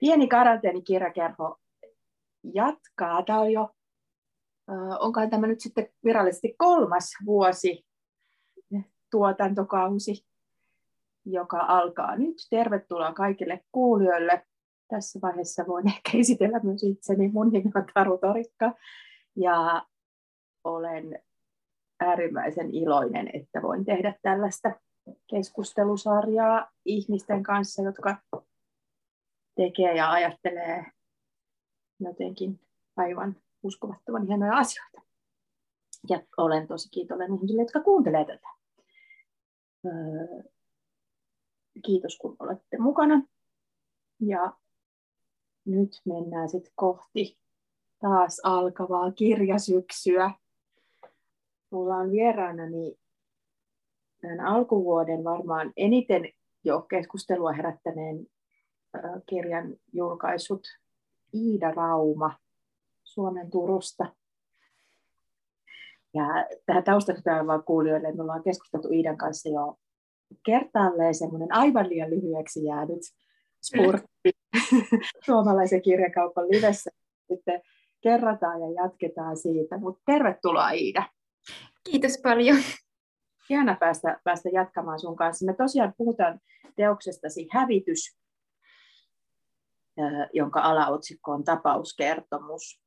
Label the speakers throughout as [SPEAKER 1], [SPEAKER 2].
[SPEAKER 1] Pieni karanteenikirjakerho jatkaa. Tämä on jo, onkohan tämä nyt sitten virallisesti 3. vuosi tuotantokausi, joka alkaa nyt. Tervetuloa kaikille kuulijoille. Tässä vaiheessa voin ehkä esitellä myös itseni. Mun nimi on Taru Torikka ja olen äärimmäisen iloinen, että voin tehdä tällaista keskustelusarjaa ihmisten kanssa, jotka tekee ja ajattelee jotenkin aivan uskomattoman hienoja asioita. Ja olen tosi kiitollinen ihmisille, jotka kuuntelee tätä. Kiitos, kun olette mukana. Ja nyt mennään sitten kohti taas alkavaa kirjasyksyä. Mulla on vieraanani tämän alkuvuoden varmaan eniten jo keskustelua herättäneen kirjan julkaissut Iida Rauma Suomen Turusta. Ja tähän taustaksi vaan kuulijoille, että me ollaan keskusteltu Iidan kanssa jo kertaalleen semmoinen aivan liian lyhyeksi jäänyt spurtti suomalaisen kirjakaupan livessä. Sitten kerrataan ja jatketaan siitä. Mutta tervetuloa Iida.
[SPEAKER 2] Kiitos paljon.
[SPEAKER 1] Hienoa päästä jatkamaan sun kanssa. Me tosiaan puhutaan teoksestasi Hävitys, jonka alaotsikko on tapauskertomus.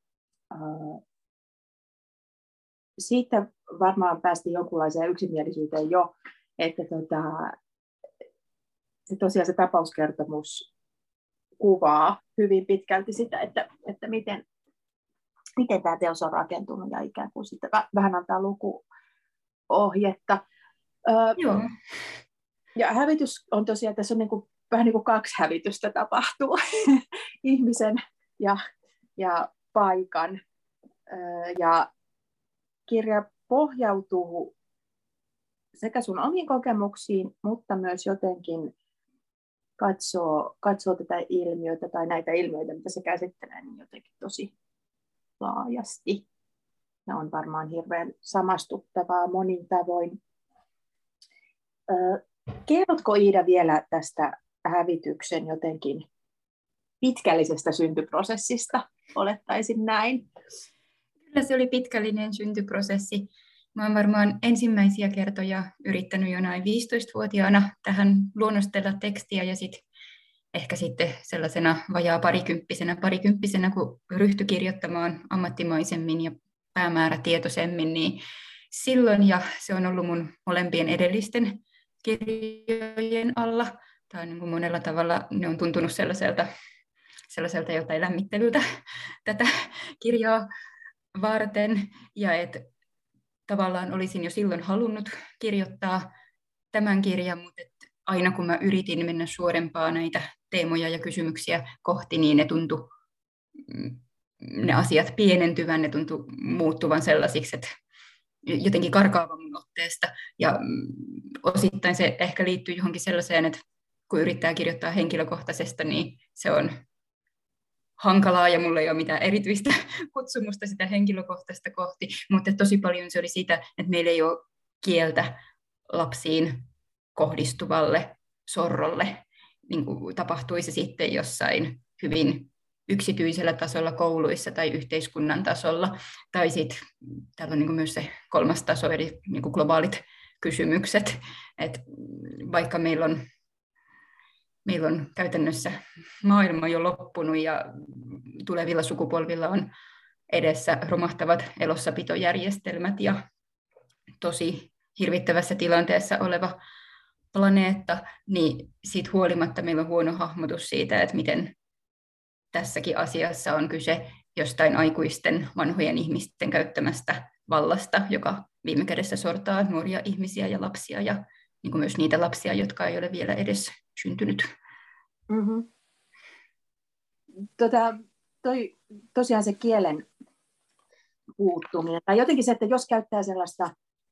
[SPEAKER 1] Siitä varmaan päästiin jonkunlaiseen yksimielisyyteen jo, että tosiaan se tapauskertomus kuvaa hyvin pitkälti sitä, että miten tämä teos on rakentunut ja ikään kuin sitten vähän antaa lukuohjetta.
[SPEAKER 2] Joo.
[SPEAKER 1] Ja hävitys on tosiaan, tässä on vähän niin kuin 2 hävitystä tapahtuu, ihmisen ja paikan. Ja kirja pohjautuu sekä sun omiin kokemuksiin, mutta myös jotenkin katsoo tätä ilmiötä tai näitä ilmiöitä, mitä se käsittelee, niin jotenkin tosi laajasti. Ja on varmaan hirveän samastuttavaa monin tavoin. Kerrotko Iida vielä tästä hävityksen jotenkin pitkällisestä syntyprosessista? Olettaisin näin.
[SPEAKER 2] Kyllä se oli pitkällinen syntyprosessi. Mä olen varmaan ensimmäisiä kertoja yrittänyt jo näin 15-vuotiaana tähän luonnostella tekstiä ja ehkä sitten sellaisena vajaa parikymppisenä, kun ryhtyi kirjoittamaan ammattimaisemmin ja päämäärätietoisemmin, niin silloin, ja se on ollut mun molempien edellisten kirjojen alla, tai niin kuin monella tavalla ne on tuntunut sellaiselta jotain lämmittelyltä tätä kirjaa varten, ja että tavallaan olisin jo silloin halunnut kirjoittaa tämän kirjan, mutta aina kun mä yritin mennä suorempaa näitä teemoja ja kysymyksiä kohti, niin ne asiat pienentyvän, ne tuntui muuttuvan sellaisiksi, että jotenkin karkaavan mun otteesta. Ja osittain se ehkä liittyy johonkin sellaiseen, että kun yrittää kirjoittaa henkilökohtaisesta, niin se on hankalaa ja mulla ei ole mitään erityistä kutsumusta sitä henkilökohtaista kohti, mutta tosi paljon se oli sitä, että meillä ei ole kieltä lapsiin kohdistuvalle sorrolle, niin kuin tapahtuisi sitten jossain hyvin yksityisellä tasolla kouluissa tai yhteiskunnan tasolla, tai sitten täällä on niin kuin myös se 3. taso, eli niin kuin globaalit kysymykset, että vaikka meillä on käytännössä maailma jo loppunut ja tulevilla sukupolvilla on edessä romahtavat elossapitojärjestelmät ja tosi hirvittävässä tilanteessa oleva planeetta, niin siitä huolimatta meillä on huono hahmotus siitä, että miten tässäkin asiassa on kyse jostain aikuisten vanhojen ihmisten käyttämästä vallasta, joka viime kädessä sortaa nuoria ihmisiä ja lapsia ja niin kuin myös niitä lapsia, jotka ei ole vielä edes syntynyt.
[SPEAKER 1] Mm-hmm. Tosiaan se kielen puuttuminen, tai jotenkin se, että jos käyttää sellaista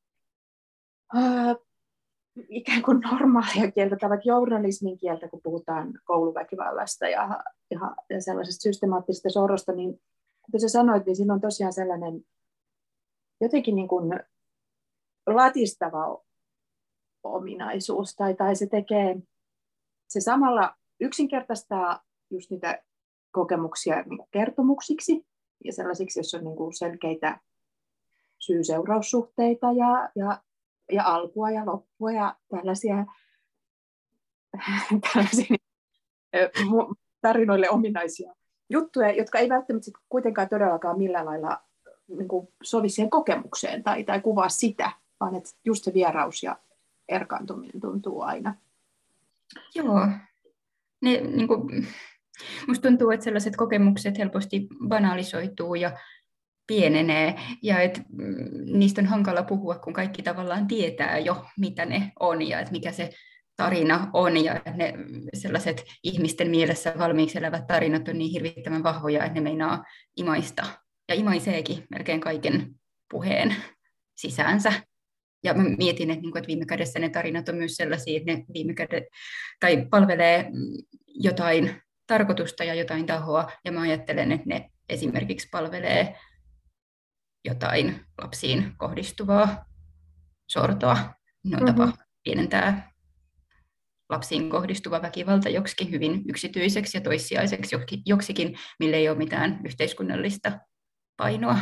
[SPEAKER 1] ikään kuin normaalia kieltä tai vaikka journalismin kieltä, kun puhutaan kouluväkivallasta ja sellaisesta systemaattisesta sorrosta, niin kuten sä sanoit, niin siinä on tosiaan sellainen jotenkin niin kuin latistava ominaisuus, tai se samalla yksinkertaistaa just niitä kokemuksia niin kuin kertomuksiksi ja sellaisiksi, jos on niin kuin selkeitä syy-seuraussuhteita ja alkua ja loppua ja tällaisia tarinoille ominaisia juttuja, jotka ei välttämättä kuitenkaan todellakaan millään lailla niin kuin sovi siihen kokemukseen tai kuvaa sitä, vaan että just se vieraus ja erkaantuminen tuntuu aina.
[SPEAKER 2] Joo. Niin kuin, musta tuntuu, että sellaiset kokemukset helposti banalisoituu ja pienenee, ja että niistä on hankala puhua, kun kaikki tavallaan tietää jo, mitä ne on, ja että mikä se tarina on, ja ne sellaiset ihmisten mielessä valmiiksi elävät tarinat on niin hirvittävän vahvoja, että ne meinaa imaista, ja imaiseekin melkein kaiken puheen sisäänsä. Ja mä mietin, että viime kädessä ne tarinat on myös sellaisia, että ne tai palvelee jotain tarkoitusta ja jotain tahoa, ja mä ajattelen, että ne esimerkiksi palvelee jotain lapsiin kohdistuvaa sortoa. Ne on tapa pienentää lapsiin kohdistuva väkivalta joksikin hyvin yksityiseksi ja toissijaiseksi joksikin, mille ei ole mitään yhteiskunnallista painoa.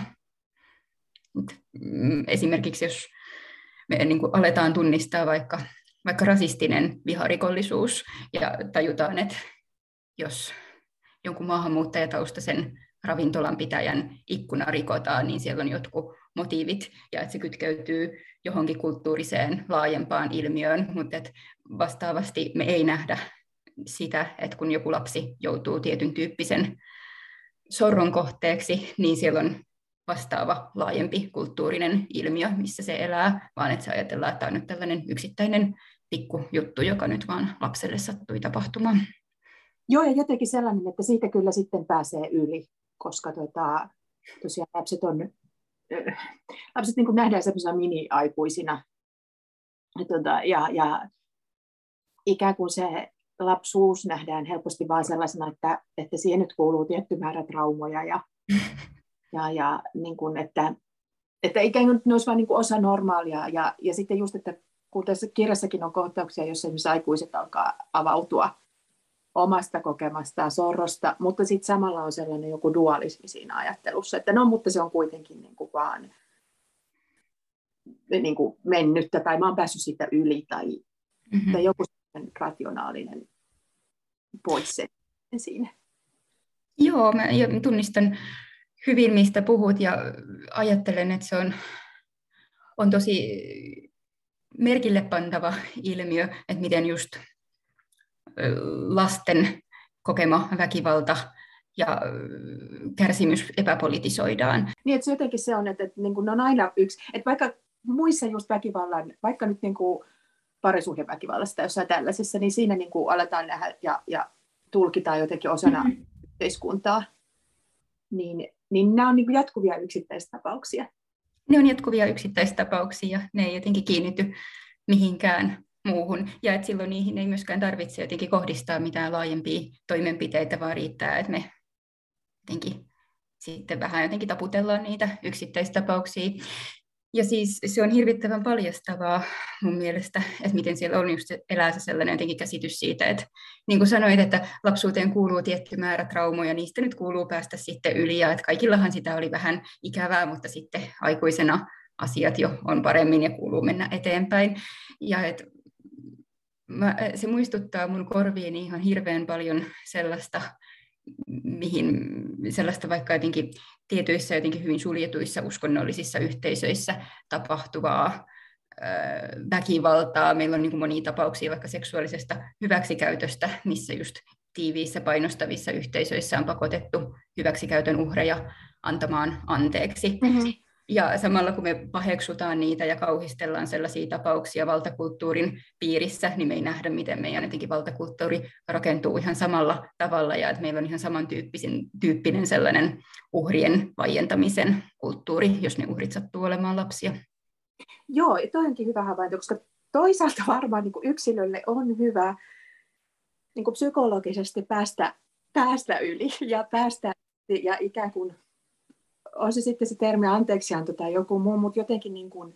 [SPEAKER 2] Esimerkiksi jos me niin kuin aletaan tunnistaa vaikka rasistinen viharikollisuus ja tajutaan, että jos jonkun maahanmuuttajataustaisen ravintolan pitäjän ikkuna rikotaan, niin siellä on jotkut motiivit ja että se kytkeytyy johonkin kulttuuriseen laajempaan ilmiöön, mutta että vastaavasti me ei nähdä sitä, että kun joku lapsi joutuu tietyn tyyppisen sorron kohteeksi, niin siellä on vastaava laajempi kulttuurinen ilmiö, missä se elää, vaan että se ajatellaan, että tämä on nyt tällainen yksittäinen pikkujuttu, joka nyt vaan lapselle sattui tapahtumaan.
[SPEAKER 1] Joo, ja jotenkin sellainen, että siitä kyllä sitten pääsee yli, koska tosiaan lapset niin kuin nähdään sellaisena mini-aikuisina. Ja ikään kuin se lapsuus nähdään helposti vaan sellaisena, että siihen nyt kuuluu tietty määrä traumoja ja niin kuin, että ikään kuin ne olisi vain niin kuin osa normaalia. Ja sitten just, että kun tässä kirjassakin on kohtauksia, joissa esimerkiksi aikuiset alkaa avautua omasta kokemastaan sorrosta, mutta sitten samalla on sellainen joku dualismi siinä ajattelussa, että no, mutta se on kuitenkin niin kuin vaan niin kuin mennyttä, tai mä oon päässyt siitä yli, tai joku rationaalinen pois siinä.
[SPEAKER 2] Joo, mä tunnistan hyvin, mistä puhut, ja ajattelen, että se on tosi merkille pantava ilmiö, että miten just lasten kokema väkivalta ja kärsimys epäpolitisoidaan.
[SPEAKER 1] Niin, että se jotenkin se on, että niin kuin ne on aina yksi, että vaikka muissa just väkivallan, vaikka nyt niin kuin parisuhdeväkivallasta jossain tällaisessa, niin siinä niin kuin aletaan nähdä ja tulkitaan jotenkin osana yhteiskuntaa, niin nämä on niin kuin jatkuvia yksittäistapauksia.
[SPEAKER 2] Ne on jatkuvia yksittäistapauksia, ne ei jotenkin kiinnity mihinkään muuhun, ja että silloin niihin ei myöskään tarvitse jotenkin kohdistaa mitään laajempia toimenpiteitä, vaan riittää, että me jotenkin sitten vähän jotenkin taputellaan niitä yksittäistapauksia. Ja siis se on hirvittävän paljastavaa mun mielestä, että miten siellä on just elää se sellainen jotenkin käsitys siitä, että niin kuin sanoit, että lapsuuteen kuuluu tietty määrä traumoja, niistä nyt kuuluu päästä sitten yli, ja että kaikillahan sitä oli vähän ikävää, mutta sitten aikuisena asiat jo on paremmin ja kuuluu mennä eteenpäin. Ja että se muistuttaa mun korviini ihan hirveän paljon sellaista vaikka jotenkin tietyissä jotenkin hyvin suljetuissa uskonnollisissa yhteisöissä tapahtuvaa väkivaltaa. Meillä on niin kuin monia tapauksia vaikka seksuaalisesta hyväksikäytöstä, missä just tiiviissä painostavissa yhteisöissä on pakotettu hyväksikäytön uhreja antamaan anteeksi. Mm-hmm. Ja samalla kun me paheksutaan niitä ja kauhistellaan sellaisia tapauksia valtakulttuurin piirissä, niin me ei nähdä, miten meidän jotenkin valtakulttuuri rakentuu ihan samalla tavalla, ja että meillä on ihan samantyyppinen sellainen uhrien vaientamisen kulttuuri, jos ne uhrit sattuu olemaan lapsia.
[SPEAKER 1] Joo, toi onkin hyvä havainto, koska toisaalta varmaan niin kuin yksilölle on hyvä niin kuin psykologisesti päästä yli ja ikään kuin on se sitten se termi anteeksianto tai joku muu, mutta jotenkin niin kuin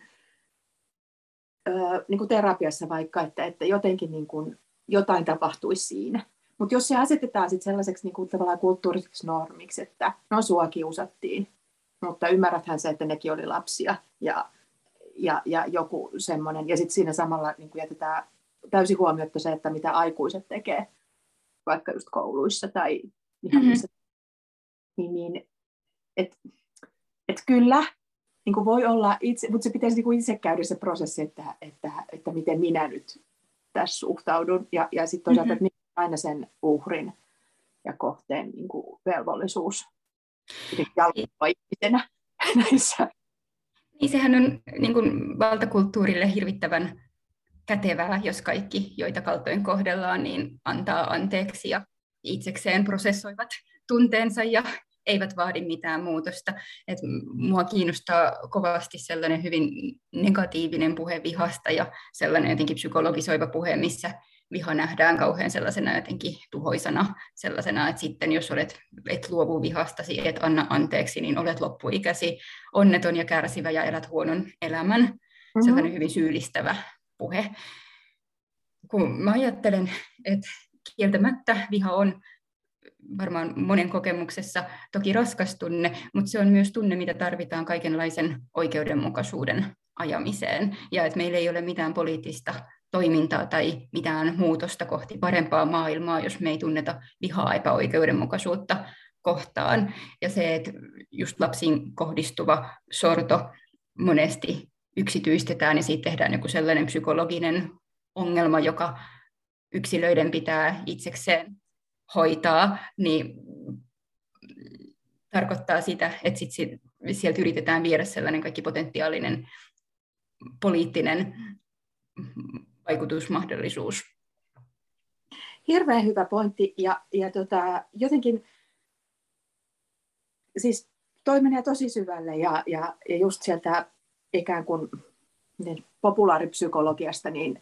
[SPEAKER 1] terapiassa vaikka, että jotenkin niin kuin jotain tapahtuisi siinä. Mutta jos se asetetaan sit sellaiseksi niin kuin tavallaan kulttuuriseksi normiksi, että no sua kiusattiin, mutta ymmärräthän se, että nekin oli lapsia ja joku semmoinen. Ja sitten siinä samalla niin kuin jätetään täysin huomiotta se, että mitä aikuiset tekee, vaikka just kouluissa tai ihan missä. Niin, et kyllä, niin kuin voi olla itse, mutta se pitäisi niin kuin itse käydä se prosessi, että miten minä nyt tässä suhtaudun. Ja sitten toisaalta, että aina sen uhrin ja kohteen niin kuin velvollisuus jalkautua ihmisenä näissä.
[SPEAKER 2] Niin sehän on niin kuin valtakulttuurille hirvittävän kätevää, jos kaikki, joita kaltoin kohdellaan, niin antaa anteeksi ja itsekseen prosessoivat tunteensa ja eivät vaadi mitään muutosta. Et mua kiinnostaa kovasti sellainen hyvin negatiivinen puhe vihasta ja sellainen jotenkin psykologisoiva puhe, missä viha nähdään kauhean sellaisena jotenkin tuhoisana, sellaisena, että sitten jos et luovu vihastasi, et anna anteeksi, niin olet loppuikäsi onneton ja kärsivä ja elät huonon elämän. Sellainen hyvin syyllistävä puhe. Kun mä ajattelen, että kieltämättä viha on varmaan monen kokemuksessa toki raskas tunne, mutta se on myös tunne, mitä tarvitaan kaikenlaisen oikeudenmukaisuuden ajamiseen. Ja että meillä ei ole mitään poliittista toimintaa tai mitään muutosta kohti parempaa maailmaa, jos me ei tunneta vihaa epäoikeudenmukaisuutta kohtaan. Ja se, että just lapsiin kohdistuva sorto monesti yksityistetään ja siitä tehdään joku sellainen psykologinen ongelma, joka yksilöiden pitää itsekseen hoitaa, niin tarkoittaa sitä, että sieltä yritetään viedä sellainen kaikki potentiaalinen poliittinen vaikutusmahdollisuus.
[SPEAKER 1] Hirveän hyvä pointti ja jotenkin siis toi menee tosi syvälle ja just sieltä ikään kuin populaaripsykologiasta niin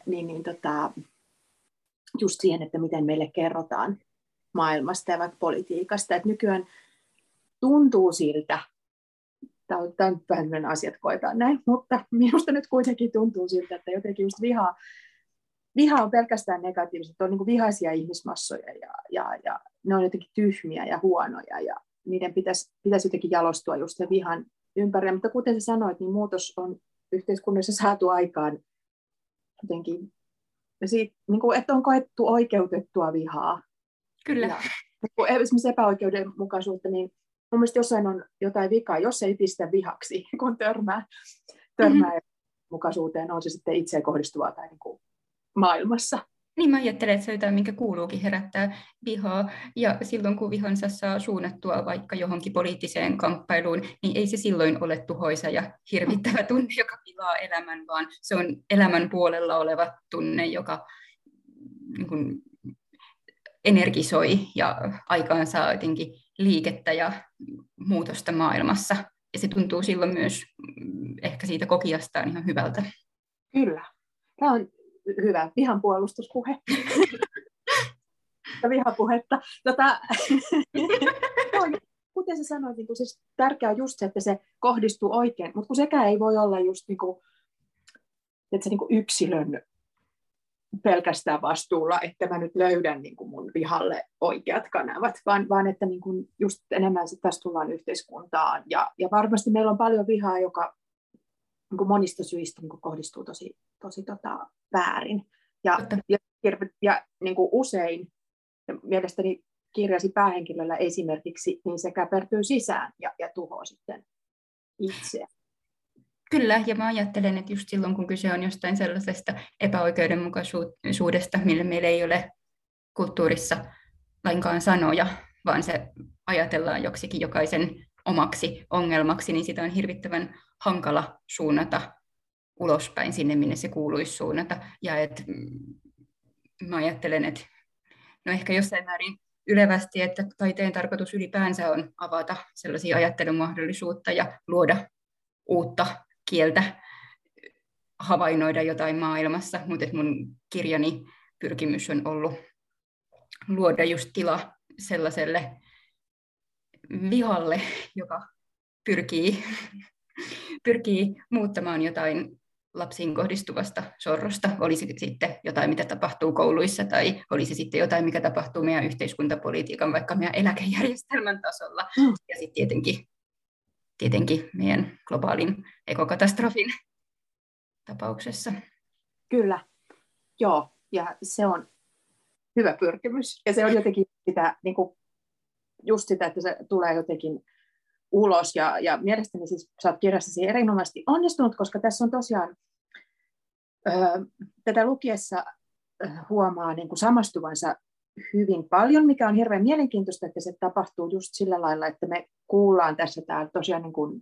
[SPEAKER 1] just siihen, että miten meille kerrotaan maailmasta ja vaikka politiikasta. Että nykyään tuntuu siltä, tämä on vähän asiat koetaan näin, mutta minusta nyt kuitenkin tuntuu siltä, että jotenkin just viha on pelkästään negatiivista, on niin kuin vihaisia ihmismassoja ja ne on jotenkin tyhmiä ja huonoja ja niiden pitäisi jotenkin jalostua just sen vihan ympärillä. Mutta kuten sä sanoit, niin muutos on yhteiskunnassa saatu aikaan jotenkin siitä, niin kuin, että on koettu oikeutettua vihaa.
[SPEAKER 2] Kyllä.
[SPEAKER 1] Ja, esimerkiksi epäoikeudenmukaisuutta, niin mun mielestä jossain on jotain vikaa, jos ei pistä vihaksi, kun törmää mukaisuuteen, on se sitten itseen kohdistuvaa tai niin kuin maailmassa.
[SPEAKER 2] Niin mä ajattelen, että se on jotain, minkä kuuluukin herättää vihaa, ja silloin kun vihansa saa suunnattua vaikka johonkin poliittiseen kamppailuun, niin ei se silloin ole tuhoisa ja hirvittävä tunne, joka pilaa elämän, vaan se on elämän puolella oleva tunne, joka niin kuin energisoi ja aikaansaa jotenkin liikettä ja muutosta maailmassa. Ja se tuntuu silloin myös ehkä siitä kokijastaan ihan hyvältä.
[SPEAKER 1] Kyllä. Tämä on hyvä vihan puolustuspuhe. Ja vihapuhetta. Kuten sä sanoit, niin siis tärkeää on just se, että se kohdistuu oikein, mutta kun sekään ei voi olla just niin kuin, että se niin kuin yksilön pelkästään vastuulla, että mä nyt löydän niin kuin mun vihalle oikeat kanavat, vaan että niin kuin just enemmän tässä tullaan yhteiskuntaan. Ja varmasti meillä on paljon vihaa, joka niin kuin monista syistä niin kuin kohdistuu tosi väärin. Ja niin kuin usein, ja mielestäni kirjasi päähenkilöllä esimerkiksi, niin se käpertyy sisään ja tuhoaa sitten itseä.
[SPEAKER 2] Kyllä, ja mä ajattelen, että just silloin, kun kyse on jostain sellaisesta epäoikeudenmukaisuudesta, millä meillä ei ole kulttuurissa lainkaan sanoja, vaan se ajatellaan joksikin jokaisen omaksi ongelmaksi, niin sitä on hirvittävän hankala suunnata ulospäin sinne, minne se kuuluisi suunnata. Ja mä ajattelen, että no ehkä jossain määrin ylevästi, että taiteen tarkoitus ylipäänsä on avata sellaisia ajattelumahdollisuutta ja luoda uutta kieltä, havainnoida jotain maailmassa, mutta mun kirjani pyrkimys on ollut luoda just tila sellaiselle vihalle, joka pyrkii muuttamaan jotain lapsiin kohdistuvasta sorrosta, olisi sitten jotain, mitä tapahtuu kouluissa, tai olisi sitten jotain, mikä tapahtuu meidän yhteiskuntapolitiikan, vaikka meidän eläkejärjestelmän tasolla, ja sitten tietenkin meidän globaalin ekokatastrofin tapauksessa.
[SPEAKER 1] Kyllä, joo, ja se on hyvä pyrkimys, ja se on jotenkin sitä, niin kuin just sitä, että se tulee jotenkin ulos, ja mielestäni siis sä oot kirjassasi erinomaisesti onnistunut, koska tässä on tosiaan tätä lukiessa huomaa niin kuin samastuvansa hyvin paljon, mikä on hirveän mielenkiintoista, että se tapahtuu just sillä lailla, että me kuullaan tässä täällä tosiaan niin kuin,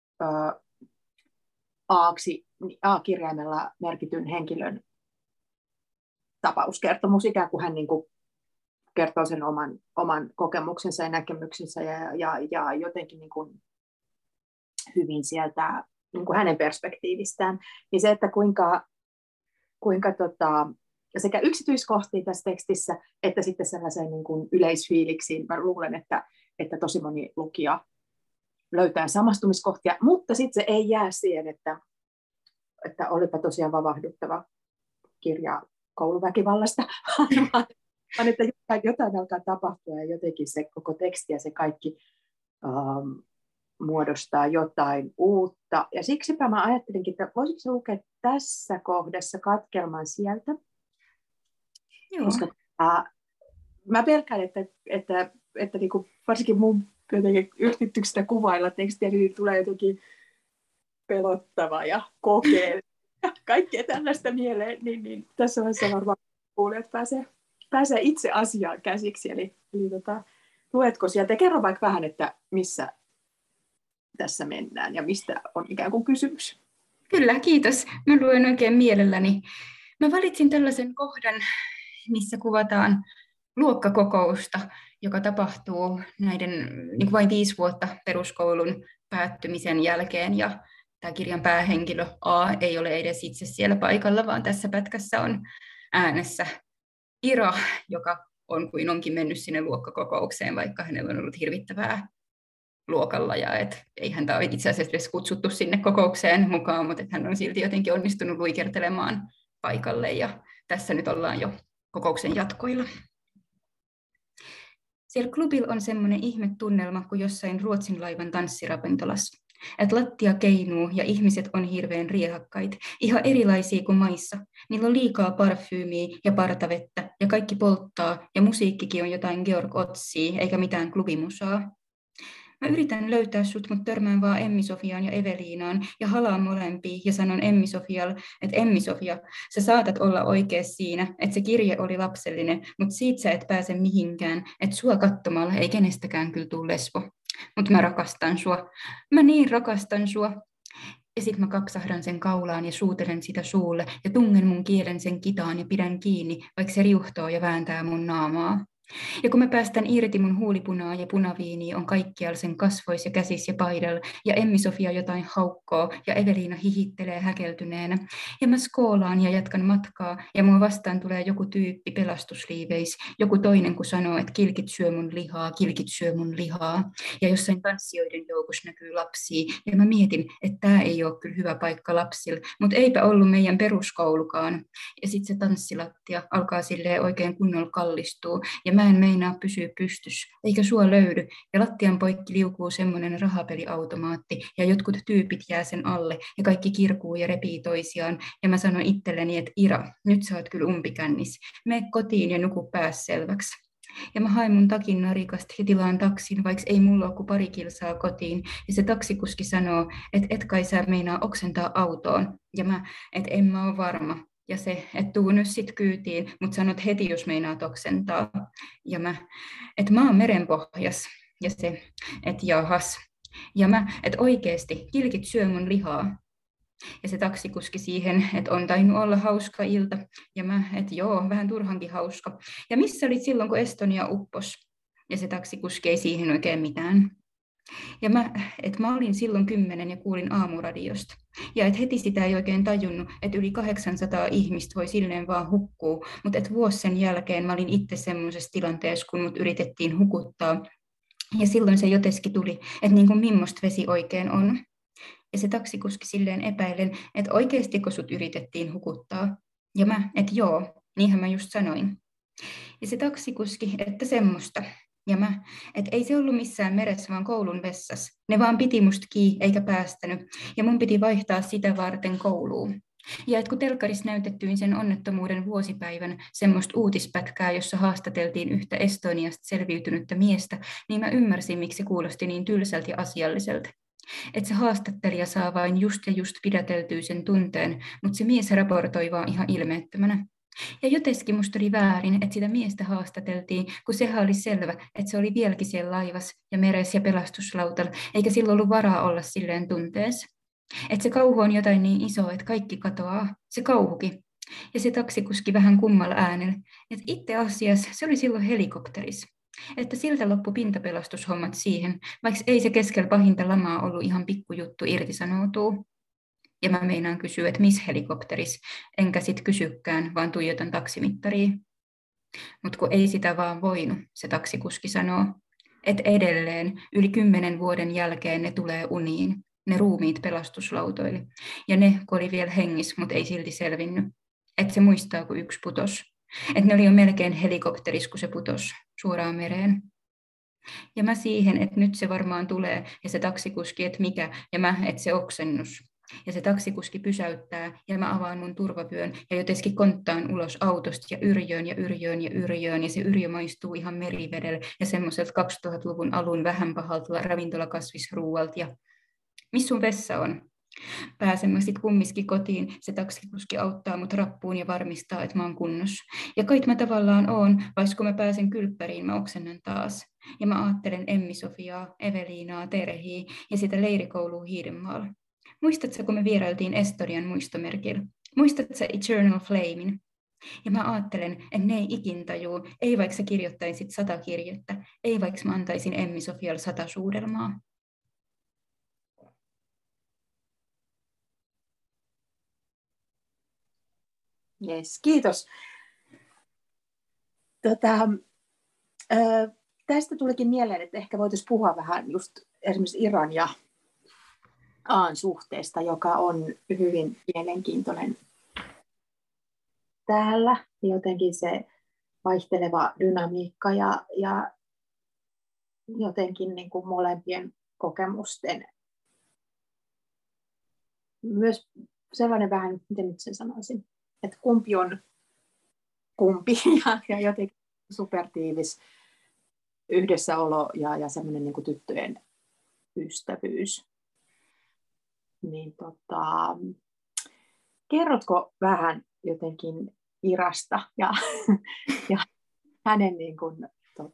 [SPEAKER 1] A-kirjaimella merkityn henkilön tapauskertomus, ikään kuin hän niin kuin kertoo sen oman kokemuksensa ja näkemyksensä ja jotenkin niin kuin hyvin sieltä niin kuin hänen perspektiivistään. Niin se, että kuinka sekä yksityiskohtia tässä tekstissä, että sitten sellaiseen niin kuin yleisfiiliksiin. Mä luulen, että tosi moni lukija löytää samastumiskohtia, mutta sitten se ei jää siihen, että olipa tosiaan vavahduttava kirja kouluväkivallasta, vaan että jotain alkaa tapahtua ja jotenkin se koko teksti ja se kaikki muodostaa jotain uutta. Ja siksipä mä ajattelinkin, että voisitko sä lukea tässä kohdassa katkelman sieltä? Joo. Koska mä pelkään, että niin kuin varsinkin mun jotenkin yrityksistä kuvailla tekstiä, niin tulee jotenkin pelottava ja kokeileva ja kaikkea tällaista mieleen, niin tässä vaiheessa varmaan kuulijat pääsee itse asiaan käsiksi. Eli luetko sieltä ja kerro vaikka vähän, että missä tässä mennään ja mistä on ikään kuin kysymys.
[SPEAKER 2] Kyllä, kiitos. Mä luen oikein mielelläni. Mä valitsin tällaisen kohdan, missä kuvataan luokkakokousta, joka tapahtuu näiden niin vain 5 vuotta peruskoulun päättymisen jälkeen. Ja tämä kirjan päähenkilö A ei ole edes itse siellä paikalla, vaan tässä pätkässä on äänessä Ira, joka on kuin onkin mennyt sinne luokkakokoukseen, vaikka hänellä on ollut hirvittävää luokalla. Ja ei häntä ole itse asiassa edes kutsuttu sinne kokoukseen mukaan, mutta hän on silti jotenkin onnistunut luikertelemaan paikalle. Ja tässä nyt ollaan jo kokouksen jatkoilla. Siellä klubilla on semmoinen ihmetunnelma kuin jossain Ruotsin laivan tanssiravintolassa. Että lattia keinuu ja ihmiset on hirveän riehakkaita, ihan erilaisia kuin maissa. Niillä on liikaa parfyymiä ja partavettä ja kaikki polttaa ja musiikkikin on jotain Georg Otsia eikä mitään klubimusaa. Mä yritän löytää sut, mutta törmään vaan Emmi-Sofiaan ja Eveliinaan ja halaan molempia ja sanon Emmi-Sofialle, että Emmi-Sofia, sä saatat olla oikeassa siinä, että se kirje oli lapsellinen, mutta siitä sä et pääse mihinkään, että sua katsomalla ei kenestäkään kyllä tule lesbo. Mutta mä rakastan sua. Mä niin rakastan sua. Ja sit mä kapsahdan sen kaulaan ja suutelen sitä suulle ja tungen mun kielen sen kitaan ja pidän kiinni, vaikka se riuhtoo ja vääntää mun naamaa. Ja kun mä päästän irti mun huulipunaa ja punaviiniä, on kaikkialla sen kasvois ja käsis ja paidalla, ja Emmi-Sofia jotain haukkoo, ja Eveliina hihittelee häkeltyneenä. Ja mä skoolaan ja jatkan matkaa, ja mua vastaan tulee joku tyyppi pelastusliiveis, joku toinen kun sanoo, että kilkit syö mun lihaa, kilkit syö mun lihaa. Ja jossain tanssijoiden joukossa näkyy lapsia, ja mä mietin, että tää ei ole kyllä hyvä paikka lapsille, mutta eipä ollut meidän peruskoulukaan. Ja sit se tanssilattia alkaa silleen oikein kunnolla kallistua, ja mä en meinaa pysyä pystyssä, eikä sua löydy, ja lattian poikki liukuu semmoinen rahapeliautomaatti, ja jotkut tyypit jää sen alle, ja kaikki kirkuu ja repii toisiaan, ja mä sanon itselleni, että Ira, nyt sä oot kyllä umpikännis, mene kotiin ja nuku pääs selväksi. Ja mä haen mun takin narikasta ja tilaan taksin, vaikka ei mulla ole kuin 2 kilsaa kotiin, ja se taksikuski sanoo, että et kai sä meinaa oksentaa autoon, ja mä, että en mä ole varma. Ja se, että tuu nyt sit kyytiin, mutta sanot heti, jos meinaat oksentaa. Ja mä, että mä oon merenpohjas. Ja se, että jahas. Ja mä, että oikeesti, kilkit syö mun lihaa. Ja se taksikuski siihen, että on tainnut olla hauska ilta. Ja mä, että joo, vähän turhankin hauska. Ja missä olit silloin, kun Estonia uppos? Ja se taksikuski ei siihen oikein mitään. Ja mä olin silloin 10 ja kuulin aamuradiosta. Ja et heti sitä ei oikein tajunnut, että yli 800 ihmistä voi silleen vaan hukkuu. Mutta et vuosi sen jälkeen mä olin itse semmoisessa tilanteessa, kun mut yritettiin hukuttaa. Ja silloin se jotenkin tuli, että niin kuin mimmosta vesi oikein on. Ja se taksikuski silleen epäilen, että oikeastiko sut yritettiin hukuttaa. Ja mä, että joo, niinhän mä just sanoin. Ja se taksikuski, että semmoista. Ja mä, että ei se ollut missään meressä, vaan koulun vessassa. Ne vaan piti musta kiinni eikä päästänyt. Ja mun piti vaihtaa sitä varten kouluun. Ja että kun telkkarissa näytettyin sen onnettomuuden vuosipäivän semmoista uutispätkää, jossa haastateltiin yhtä Estoniasta selviytynyttä miestä, niin mä ymmärsin, miksi se kuulosti niin tylsältä ja asialliselta. Että se haastattelija saa vain ja just pidäteltyä sen tunteen, mutta se mies raportoi vaan ihan ilmeettömänä. Ja jotenkin musta oli väärin, että sitä miestä haastateltiin, kun sehän oli selvä, että se oli vieläkin siellä laivassa ja meressä ja pelastuslautalla, eikä sillä ollut varaa olla silleen tunteessa. Että se kauhu on jotain niin isoa, että kaikki katoaa. Se kauhukin. Ja se taksikuski vähän kummalla äänellä. Että itse asiassa se oli silloin helikopterissa. Että siltä loppui pintapelastushommat siihen, vaikka ei se keskellä pahinta lamaa ollut ihan pikkujuttu irtisanoutuu. Ja mä meinaan kysyä, että missä helikopterissa, enkä sit kysykään, vaan tuijotan taksimittariin. Mutta kun ei sitä vaan voinut, se taksikuski sanoo, että edelleen yli 10 vuoden jälkeen ne tulee uniin, ne ruumiit pelastuslautoille. Ja ne, kun oli vielä hengissä, mutta ei silti selvinnyt. Että se muistaa, kun yksi putos. Että ne oli jo melkein helikopterissa, kun se putos suoraan mereen. Ja mä siihen, että nyt se varmaan tulee, ja se taksikuski, että mikä, ja mä, että se oksennus. Ja se taksikuski pysäyttää, ja mä avaan mun turvavyön, ja jotenkin konttaan ulos autosta, ja yrjöön, ja se yrjö maistuu ihan merivedellä, ja semmoiselta 2000-luvun alun vähän pahalta ravintolakasvisruualta, ja missä sun vessa on? Pääsen mä sitten kumminkin kotiin, se taksikuski auttaa mut rappuun ja varmistaa, että mä oon kunnossa. Ja kait mä tavallaan oon, vaikka kun mä pääsen kylppäriin, mä oksennan taas. Ja mä ajattelen Emmi-Sofiaa, Eveliinaa, Terhiä ja sitä leirikoulua Hiidenmaalla. Muistatko, kun me vierailtiin Estonian muistomerkillä? Muistatko Eternal Flamein? Ja mä ajattelen, että ne ei ikin tajuu, ei vaikka sä kirjoittaisit 100 kirjettä, ei vaikka mä antaisin Emmi-Sofialle 100 suudelmaa.
[SPEAKER 1] Yes, kiitos. Tästä tulikin mieleen, että ehkä voitaisiin puhua vähän just esimerkiksi Iran ja Aan suhteesta, joka on hyvin mielenkiintoinen täällä. Jotenkin se vaihteleva dynamiikka ja jotenkin niin kuin molempien kokemusten myös sellainen vähän, miten nyt sen sanoisin, että kumpi on kumpi ja jotenkin supertiivis yhdessäolo ja semmoinen niin kuin tyttöjen ystävyys. Niin kerrotko vähän jotenkin Irasta ja hänen niin kuin,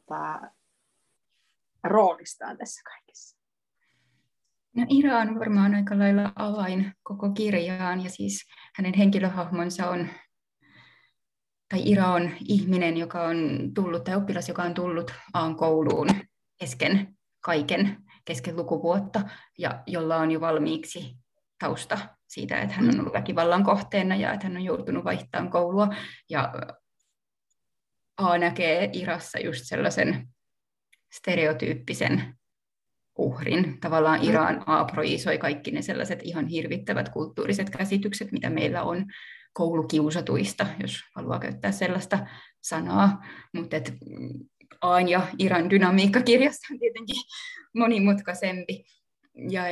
[SPEAKER 1] roolistaan tässä kaikessa?
[SPEAKER 2] No Ira on varmaan aika lailla avain koko kirjaan ja siis hänen henkilöhahmonsa on, tai Ira on ihminen, joka on tullut, tai oppilas, joka on tullut Aan-kouluun kesken kaiken, kesken lukuvuotta ja jolla on jo valmiiksi tausta siitä, että hän on ollut väkivallan kohteena ja että hän on joutunut vaihtamaan koulua ja A näkee Irassa just sellaisen stereotyyppisen uhrin. Tavallaan Iran projisoi kaikki ne sellaiset ihan hirvittävät kulttuuriset käsitykset, mitä meillä on koulukiusatuista, jos haluaa käyttää sellaista sanaa. Mutta Aan ja Iran dynamiikka kirjassa on tietenkin monimutkaisempi. Ja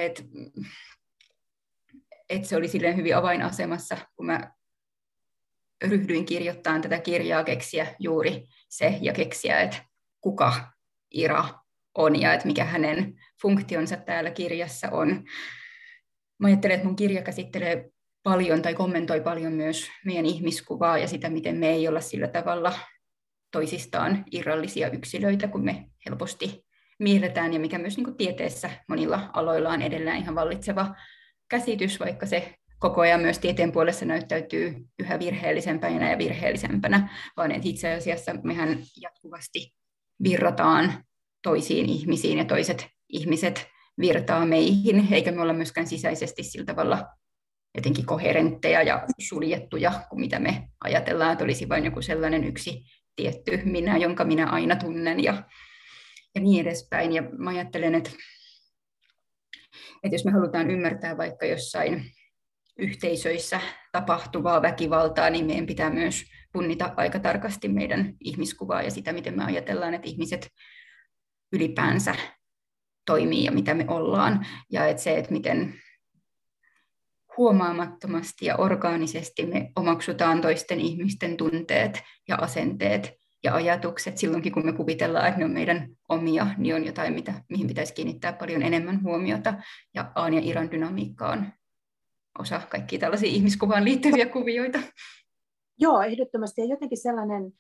[SPEAKER 2] et se oli silleen hyvin avainasemassa, kun mä ryhdyin kirjoittamaan tätä kirjaa, keksiä juuri se ja keksiä, että kuka Ira on ja että mikä hänen funktionsa täällä kirjassa on. Mä ajattelen, että mun kirja käsittelee paljon tai kommentoi paljon myös meidän ihmiskuvaa ja sitä, miten me ei olla sillä tavalla toisistaan irrallisia yksilöitä, kun me helposti mielletään ja mikä myös niin kuin tieteessä monilla aloilla on edelleen ihan vallitseva käsitys, vaikka se koko ajan myös tieteen puolessa näyttäytyy yhä virheellisempänä ja virheellisempänä, vaan että itse asiassa mehän jatkuvasti virrataan toisiin ihmisiin ja toiset ihmiset virtaa meihin, eikä me olla myöskään sisäisesti sillä tavalla jotenkin koherentteja ja suljettuja kuin mitä me ajatellaan, että olisi vain joku sellainen yksi tietty minä, jonka minä aina tunnen ja niin edespäin. Ja mä ajattelen, että Että jos me halutaan ymmärtää vaikka jossain yhteisöissä tapahtuvaa väkivaltaa, niin meidän pitää myös punnita aika tarkasti meidän ihmiskuvaa ja sitä, miten me ajatellaan, että ihmiset ylipäänsä toimii ja mitä me ollaan. Ja että se, että miten huomaamattomasti ja orgaanisesti me omaksutaan toisten ihmisten tunteet ja asenteet ja ajatukset silloinkin, kun me kuvitellaan, että ne on meidän omia, niin on jotain, mihin pitäisi kiinnittää paljon enemmän huomiota. Ja Aan ja Iran dynamiikka on osa kaikkia tällaisia ihmiskuvaan liittyviä kuvioita.
[SPEAKER 1] Joo, ehdottomasti. Ja jotenkin sellainen,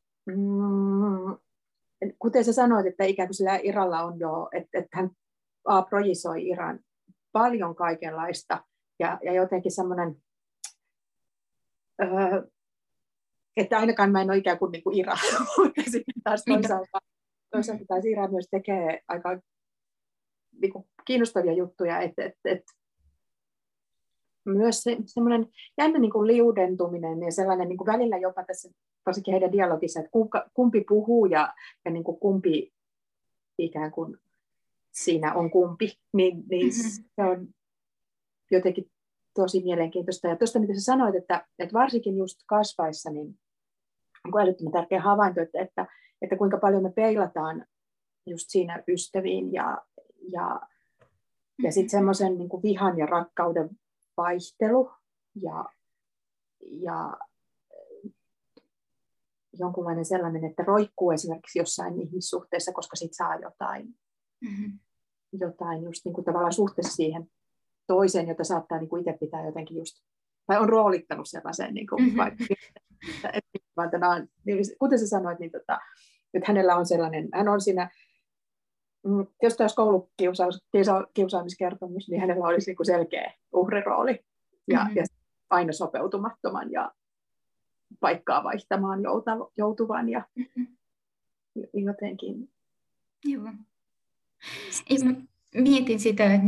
[SPEAKER 1] kuten sä sanoit, että ikään kuin sillä Iralla on jo, että hän projisoi Iran paljon kaikenlaista. Ja jotenkin semmoinen, että ainakaan mä en ole ikään kuin, Ira, mutta sitten taas toisaalta taas Ira myös tekee aika niin kuin kiinnostavia juttuja, että myös semmoinen jännä niin kuin liudentuminen ja sellainen niin kuin välillä jopa tässä, varsinkin heidän dialogissa, että kumpi puhuu ja niin kuin kumpi ikään kuin siinä on kumpi, niin se on jotenkin tosi mielenkiintoista. Ja tuosta, mitä sä sanoit, että varsinkin just kasvaessa, niin on älyttömän tärkeä havainto, että kuinka paljon me peilataan just siinä ystäviin ja sitten semmoisen niin kuin vihan ja rakkauden vaihtelu ja jonkunlainen sellainen, että roikkuu esimerkiksi jossain ihmissuhteessa, koska sit saa jotain just niin kuin tavallaan suhteessa siihen toiseen, jota saattaa niin kuin itse pitää jotenkin just, tai on roolittanut sellaisen, niin kuin, kuten sä sanoit, niin että hänellä on sellainen, hän on siinä, jos taas koulukiusaamiskertomus, niin hänellä olisi niin kuin selkeä uhrirooli ja aina sopeutumattoman ja paikkaa vaihtamaan joutuvan ja jotenkin.
[SPEAKER 2] Joo. Mä mietin sitä, että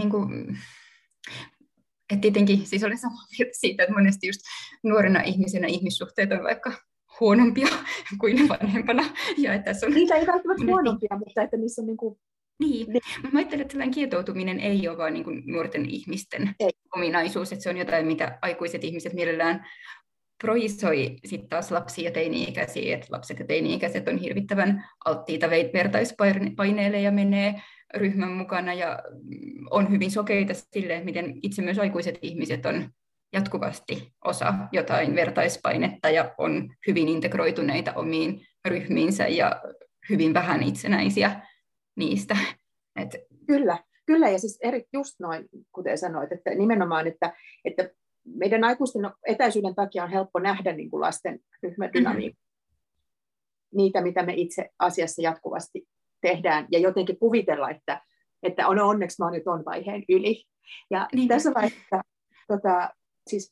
[SPEAKER 2] että tietenkin siis olen samaa mieltä siitä, että monesti just nuorena ihmisenä ihmissuhteet on vaikka huonompia kuin vanhempana. Ja että tässä on
[SPEAKER 1] niitä ei välttämättä huonompia, mutta että niissä on
[SPEAKER 2] Niin, mä ajattelen, että sellainen kietoutuminen ei ole vain niin kuin nuorten ihmisten ominaisuus, että se on jotain, mitä aikuiset ihmiset mielellään projisoi sitten taas lapsia ja teini-ikäisiä, että lapset ja teini-ikäiset on hirvittävän alttiita vertaispaineille ja menee ryhmän mukana ja on hyvin sokeita sille, että miten itse myös aikuiset ihmiset on jatkuvasti osa jotain vertaispainetta ja on hyvin integroituneita omiin ryhmiinsä ja hyvin vähän itsenäisiä niistä.
[SPEAKER 1] Kyllä, ja siis just noin, kuten sanoit, että nimenomaan, että meidän aikuisten etäisyyden takia on helppo nähdä niin kuin lasten ryhmädynamiikkaa, niitä, mitä me itse asiassa jatkuvasti tehdään, ja jotenkin kuvitella, että onneksi mä oon jo ton vaiheen yli. Ja tässä vaiheessa, siis,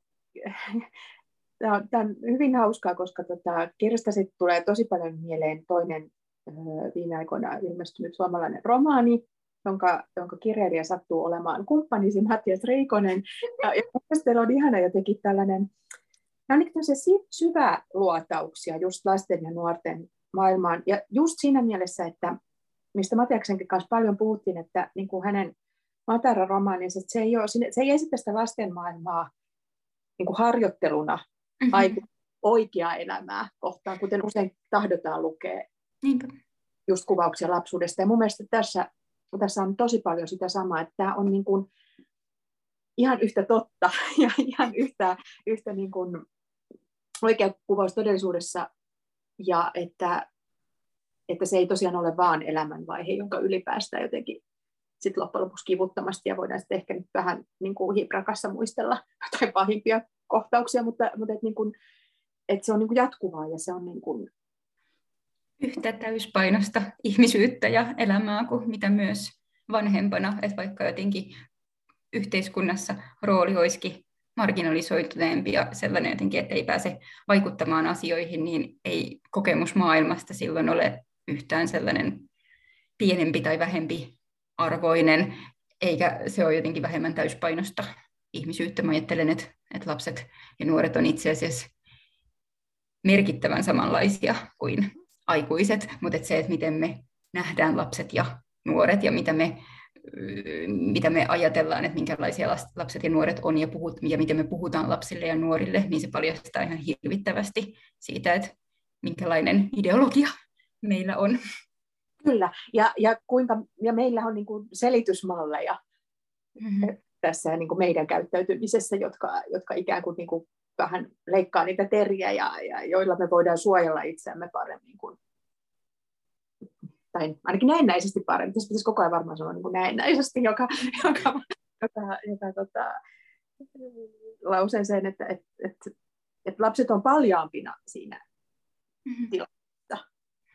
[SPEAKER 1] tämä on hyvin hauskaa, koska kirjasta tulee tosi paljon mieleen toinen viime aikoina ilmestynyt suomalainen romaani, jonka kirjailija sattuu olemaan kumppanisi Matias Riikonen. Ja teillä on ihana jotenkin tällainen, nämä on syvä luotauksia just lasten ja nuorten maailmaan. Ja just siinä mielessä, että mistä Matiaksenkin kanssa paljon puhuttiin, että niin kuin hänen Matara-romaaninsa, että se ei esitä sitä lasten maailmaa niin kuin harjoitteluna oikeaa elämää kohtaan, kuten usein tahdotaan lukea.
[SPEAKER 2] Niinpä.
[SPEAKER 1] Just kuvauksia lapsuudesta. Ja mun mielestä tässä on tosi paljon sitä samaa, että tämä on niin kuin ihan yhtä totta ja ihan yhtä niin kuin oikea kuvaus todellisuudessa, ja että se ei tosiaan ole vaan elämänvaihe, jonka ylipäästään jotenkin sit loppujen lopuksi kivuttomasti, ja voidaan sitten ehkä nyt vähän niin kuin hiprakassa muistella jotain pahimpia kohtauksia, mutta niin kuin, että se on niin kuin jatkuvaa ja se on niin kuin
[SPEAKER 2] yhtä täyspainosta ihmisyyttä ja elämää kuin mitä myös vanhempana, että vaikka jotenkin yhteiskunnassa rooli olisikin marginalisoituneempi ja sellainen jotenkin, että ei pääse vaikuttamaan asioihin, niin ei kokemus maailmasta silloin ole yhtään sellainen pienempi tai vähempi arvoinen, eikä se ole jotenkin vähemmän täyspainosta ihmisyyttä. Mä ajattelen, että lapset ja nuoret on itse asiassa merkittävän samanlaisia kuin aikuiset, mutta se, että miten me nähdään lapset ja nuoret ja mitä me mitä me ajatellaan, että minkälaisia lapset ja nuoret on ja miten me puhutaan lapsille ja nuorille, niin se paljastaa ihan hirvittävästi siitä, että minkälainen ideologia meillä on.
[SPEAKER 1] Kyllä, ja meillä on niin kuin selitysmalleja tässä niin kuin meidän käyttäytymisessä, jotka ikään kuin, vähän leikkaa niitä teriä ja joilla me voidaan suojella itseämme paremmin kuin, tai ainakin näennäisesti paremmin. Tässä pitäisi koko ajan varmaan sanoa niin kuin näennäisesti joka lauseeseen, että lapset on paljaampina siinä tilassa.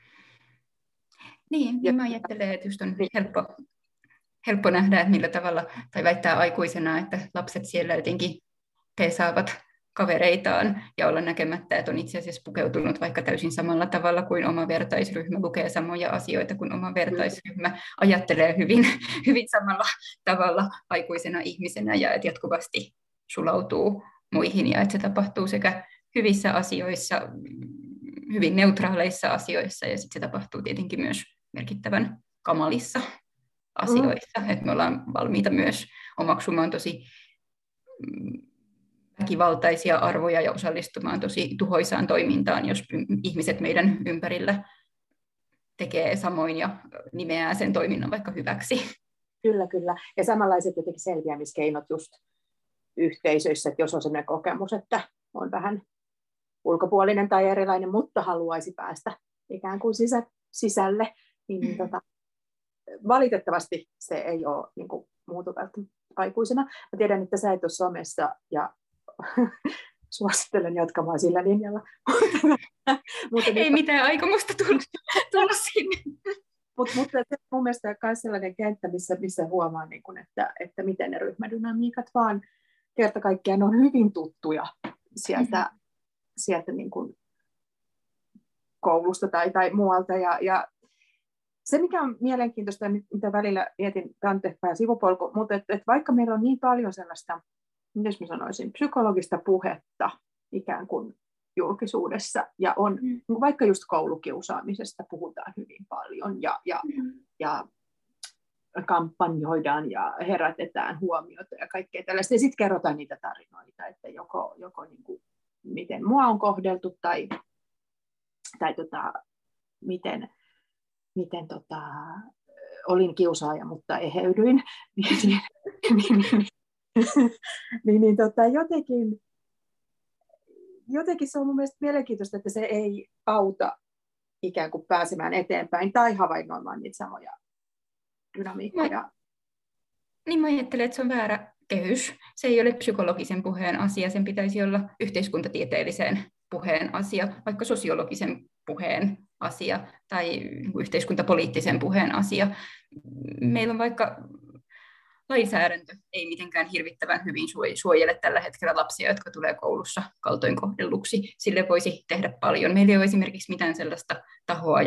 [SPEAKER 2] Niin mä ajattelen, että just on helppo nähdä, että millä tavalla, tai väittää aikuisena, että lapset siellä jotenkin peesaavat kavereitaan ja olla näkemättä, että on itse asiassa pukeutunut vaikka täysin samalla tavalla kuin oma vertaisryhmä, lukee samoja asioita kuin oma vertaisryhmä, ajattelee hyvin samalla tavalla aikuisena ihmisenä ja että jatkuvasti sulautuu muihin ja että se tapahtuu sekä hyvissä asioissa, hyvin neutraaleissa asioissa ja sitten se tapahtuu tietenkin myös merkittävän kamalissa asioissa, että me ollaan valmiita myös omaksumaan tosi väkivaltaisia arvoja ja osallistumaan tosi tuhoisaan toimintaan, jos ihmiset meidän ympärillä tekee samoin ja nimeää sen toiminnan vaikka hyväksi.
[SPEAKER 1] Kyllä. Ja samanlaiset jotenkin selviämiskeinot just yhteisöissä, että jos on sellainen kokemus, että on vähän ulkopuolinen tai erilainen, mutta haluaisi päästä ikään kuin sisälle, niin valitettavasti se ei ole niin kuin muutu aikuisena. Mä tiedän, että sä et ole somessa ja suosittelen jatkamaan sillä linjalla.
[SPEAKER 2] Mutta ei mitään aikomusta tulla sinne.
[SPEAKER 1] Mutta se mun mielestä on myös sellainen kenttä, missä huomaa, niin kun, että miten ne ryhmädynamiikat vaan kerta kaikkiaan on hyvin tuttuja sieltä niin kun koulusta tai muualta. Ja se, mikä on mielenkiintoista, mitä välillä mietin, tämä on ehkä sivupolku, mutta että vaikka meillä on niin paljon sellaista, miten mä sanoisin, psykologista puhetta ikään kuin julkisuudessa, ja on vaikka just koulukiusaamisesta puhutaan hyvin paljon, ja kampanjoidaan ja herätetään huomiota ja kaikkea tällaista, ja sitten kerrotaan niitä tarinoita, että joko niin kuin, miten mua on kohdeltu, tai miten olin kiusaaja, mutta eheydyin, jotenkin se on mun mielestä mielenkiintoista, että se ei auta ikään kuin pääsemään eteenpäin tai havainnoimaan niitä samoja dynamiikkoja.
[SPEAKER 2] Niin mä ajattelen, että se on väärä kehys. Se ei ole psykologisen puheen asia, sen pitäisi olla yhteiskuntatieteellisen puheen asia, vaikka sosiologisen puheen asia tai yhteiskuntapoliittisen puheen asia. Meillä on vaikka lainsäädäntö ei mitenkään hirvittävän hyvin suojele tällä hetkellä lapsia, jotka tulee koulussa kaltoinkohdelluksi. Sille voisi tehdä paljon. Meillä ei ole esimerkiksi mitään sellaista tahoa,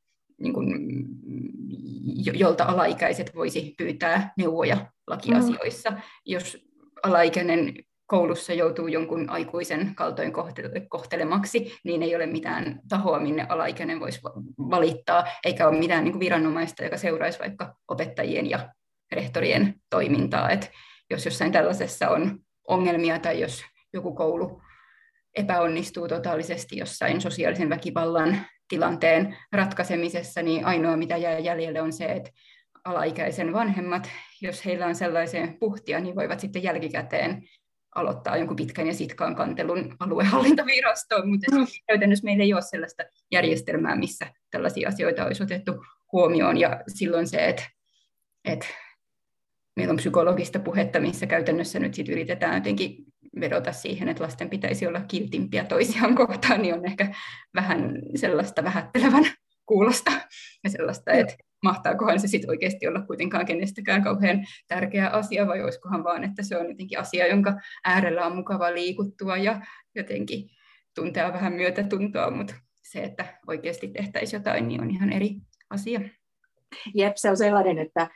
[SPEAKER 2] jolta alaikäiset voisi pyytää neuvoja lakiasioissa. Jos alaikäinen koulussa joutuu jonkun aikuisen kaltoinkohtelemaksi, niin ei ole mitään tahoa, minne alaikäinen voisi valittaa, eikä ole mitään niin kuin viranomaista, joka seuraisi vaikka opettajien ja rehtorien toimintaa. Et jos jossain tällaisessa on ongelmia tai jos joku koulu epäonnistuu totaalisesti jossain sosiaalisen väkivallan tilanteen ratkaisemisessa, niin ainoa mitä jää jäljelle on se, että alaikäisen vanhemmat, jos heillä on sellaiseen puhtia, niin voivat sitten jälkikäteen aloittaa jonkun pitkän ja sitkaan kantelun aluehallintavirastoon, mutta käytännössä meillä ei ole sellaista järjestelmää, missä tällaisia asioita olisi otettu huomioon, ja silloin se, että meillä on psykologista puhetta, missä käytännössä nyt sit yritetään jotenkin vedota siihen, että lasten pitäisi olla kiltimpiä toisiaan kohtaan, niin on ehkä vähän sellaista vähättelevän kuulosta ja sellaista, että mahtaakohan se sitten oikeasti olla kuitenkaan kenestäkään kauhean tärkeä asia, vai olisikohan vaan, että se on jotenkin asia, jonka äärellä on mukava liikuttua ja jotenkin tuntea vähän myötätuntoa, mutta se, että oikeasti tehtäisiin jotain, niin on ihan eri asia.
[SPEAKER 1] Jep, se on sellainen, että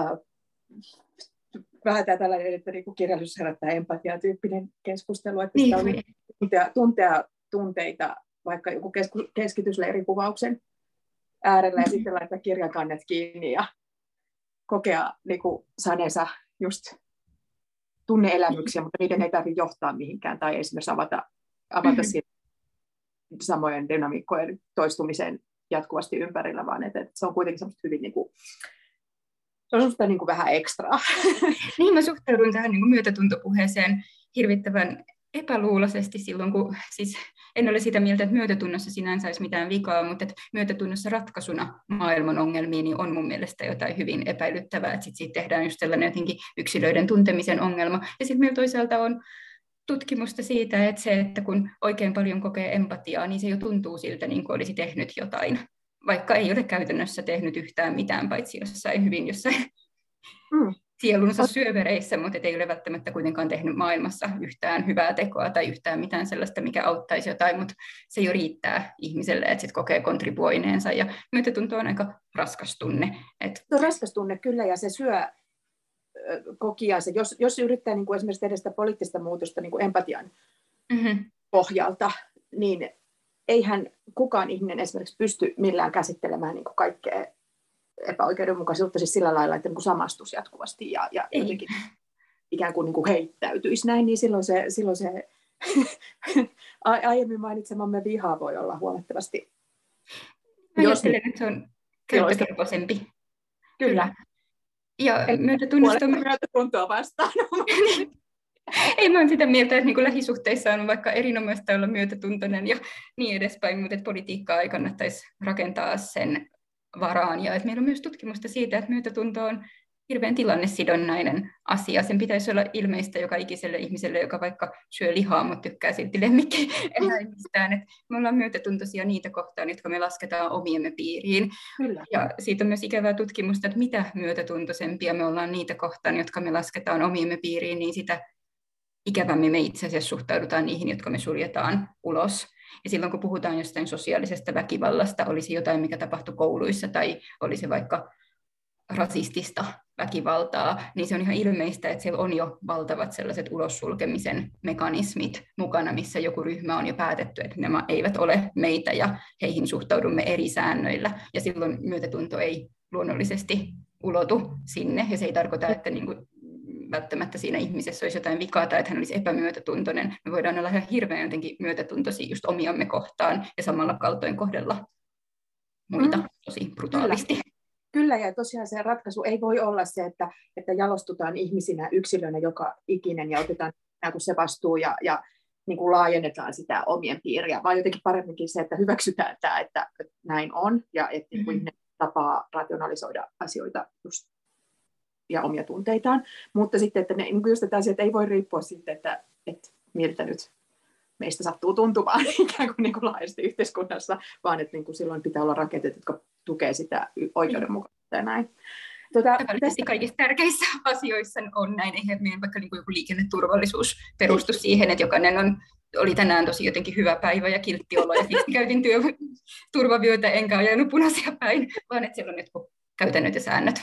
[SPEAKER 1] vähän tällainen, että niin kirjallisuus herättää empatiaa tyyppinen keskustelu, että sitä on tuntea tunteita vaikka joku keskitysleirikuvauksen äärellä ja sitten laittaa kirjakannet kiinni kokea niin kuin saaneensa just tunne-elämyksiä, mutta niiden ei tarvitse johtaa mihinkään tai esimerkiksi avata samojen dynamiikkojen toistumiseen jatkuvasti ympärillä, vaan että se on kuitenkin semmoista hyvin niin kuin, se on semmoista niin kuin vähän ekstraa.
[SPEAKER 2] Niin, mä suhtaudun tähän niin kuin myötätuntopuheeseen hirvittävän epäluuloisesti silloin, kun siis en ole sitä mieltä, että myötätunnossa sinänsä olisi mitään vikaa, mutta että myötätunnossa ratkaisuna maailman ongelmiin niin on mun mielestä jotain hyvin epäilyttävää, että siitä tehdään just sellainen jotenkin yksilöiden tuntemisen ongelma. Ja sitten meillä toisaalta on tutkimusta siitä, että se, että kun oikein paljon kokee empatiaa, niin se jo tuntuu siltä, niin kuin olisi tehnyt jotain, vaikka ei ole käytännössä tehnyt yhtään mitään, paitsi jossain sielunsa syövereissä, mutta ei ole välttämättä kuitenkaan tehnyt maailmassa yhtään hyvää tekoa tai yhtään mitään sellaista, mikä auttaisi jotain, mutta se jo riittää ihmiselle, että sit kokee kontribuoineensa, ja myötätunto on aika raskas tunne.
[SPEAKER 1] Se on raskas tunne, kyllä, ja se syö kokiansa. Jos yrittää niin kuin esimerkiksi tehdä sitä poliittista muutosta niin kuin empatian pohjalta, niin eihän kukaan ihminen esimerkiksi pysty millään käsittelemään niin kuin kaikkea epäoikeudenmukaisuutta siis sillä lailla, että niin kuin samastus jatkuvasti ja jotenkin ikään kuin, heittäytyisi näin, niin silloin se aiemmin mainitsemamme viha voi olla huomattavasti.
[SPEAKER 2] Ajattelen, että se on käyttökelpoisempi.
[SPEAKER 1] Kyllä.
[SPEAKER 2] Ja
[SPEAKER 1] myötätuntoa vastaan.
[SPEAKER 2] Ei, mä oon sitä mieltä, että niin lähisuhteissa on vaikka erinomaista olla myötätuntoinen ja niin edespäin, mutta että politiikkaa ei kannattaisi rakentaa sen varaan. Ja että meillä on myös tutkimusta siitä, että myötätunto on hirveän tilannesidonnainen asia. Sen pitäisi olla ilmeistä joka ikiselle ihmiselle, joka vaikka syö lihaa, mutta tykkää silti lemmikkieläimistään. Että me ollaan myötätuntoisia niitä kohtaan, jotka me lasketaan omiemme piiriin.
[SPEAKER 1] Kyllä.
[SPEAKER 2] Ja siitä on myös ikävää tutkimusta, että mitä myötätuntoisempia me ollaan niitä kohtaan, jotka me lasketaan omiemme piiriin, niin sitä ikävämmin me itse asiassa suhtaudutaan niihin, jotka me suljetaan ulos. Ja silloin kun puhutaan jostain sosiaalisesta väkivallasta, olisi jotain, mikä tapahtui kouluissa tai olisi vaikka rasistista väkivaltaa, niin se on ihan ilmeistä, että siellä on jo valtavat sellaiset ulossulkemisen mekanismit mukana, missä joku ryhmä on jo päätetty, että nämä eivät ole meitä ja heihin suhtaudumme eri säännöillä. Ja silloin myötätunto ei luonnollisesti ulotu sinne, ja se ei tarkoita, että niin kuin välttämättä siinä ihmisessä olisi jotain vikaa tai että hän olisi epämyötätuntoinen. Me voidaan olla ihan hirveän jotenkin myötätuntoisia just omiamme kohtaan ja samalla kaltoin kohdella muita tosi brutaalisti.
[SPEAKER 1] Kyllä, ja tosiaan se ratkaisu ei voi olla se, että jalostutaan ihmisinä yksilönä joka ikinen ja otetaan se vastuu ja niin kuin laajennetaan sitä omien piiriä, vaan jotenkin paremminkin se, että hyväksytään tämä, että näin on ja että niin kuin ihminen tapaa rationalisoida asioita just ja omia tunteitaan, mutta sitten, että just että asiat ei voi riippua siitä, että miltä nyt meistä sattuu tuntumaan ikään kuin laajasti yhteiskunnassa, vaan että niin kuin silloin pitää olla rakenteet, jotka tukee sitä oikeudenmukaisuutta ja näin.
[SPEAKER 2] Tästä kaikissa tärkeissä asioissa on näin, eihän meidän vaikka niin kuin joku liikenneturvallisuus perustu siihen, että jokainen oli tänään tosi jotenkin hyvä päivä ja kiltti olo, ja siksi käytin turvavioita enkä ajanut punaisia päin, vaan että siellä on jotkut käytännöt ja säännöt.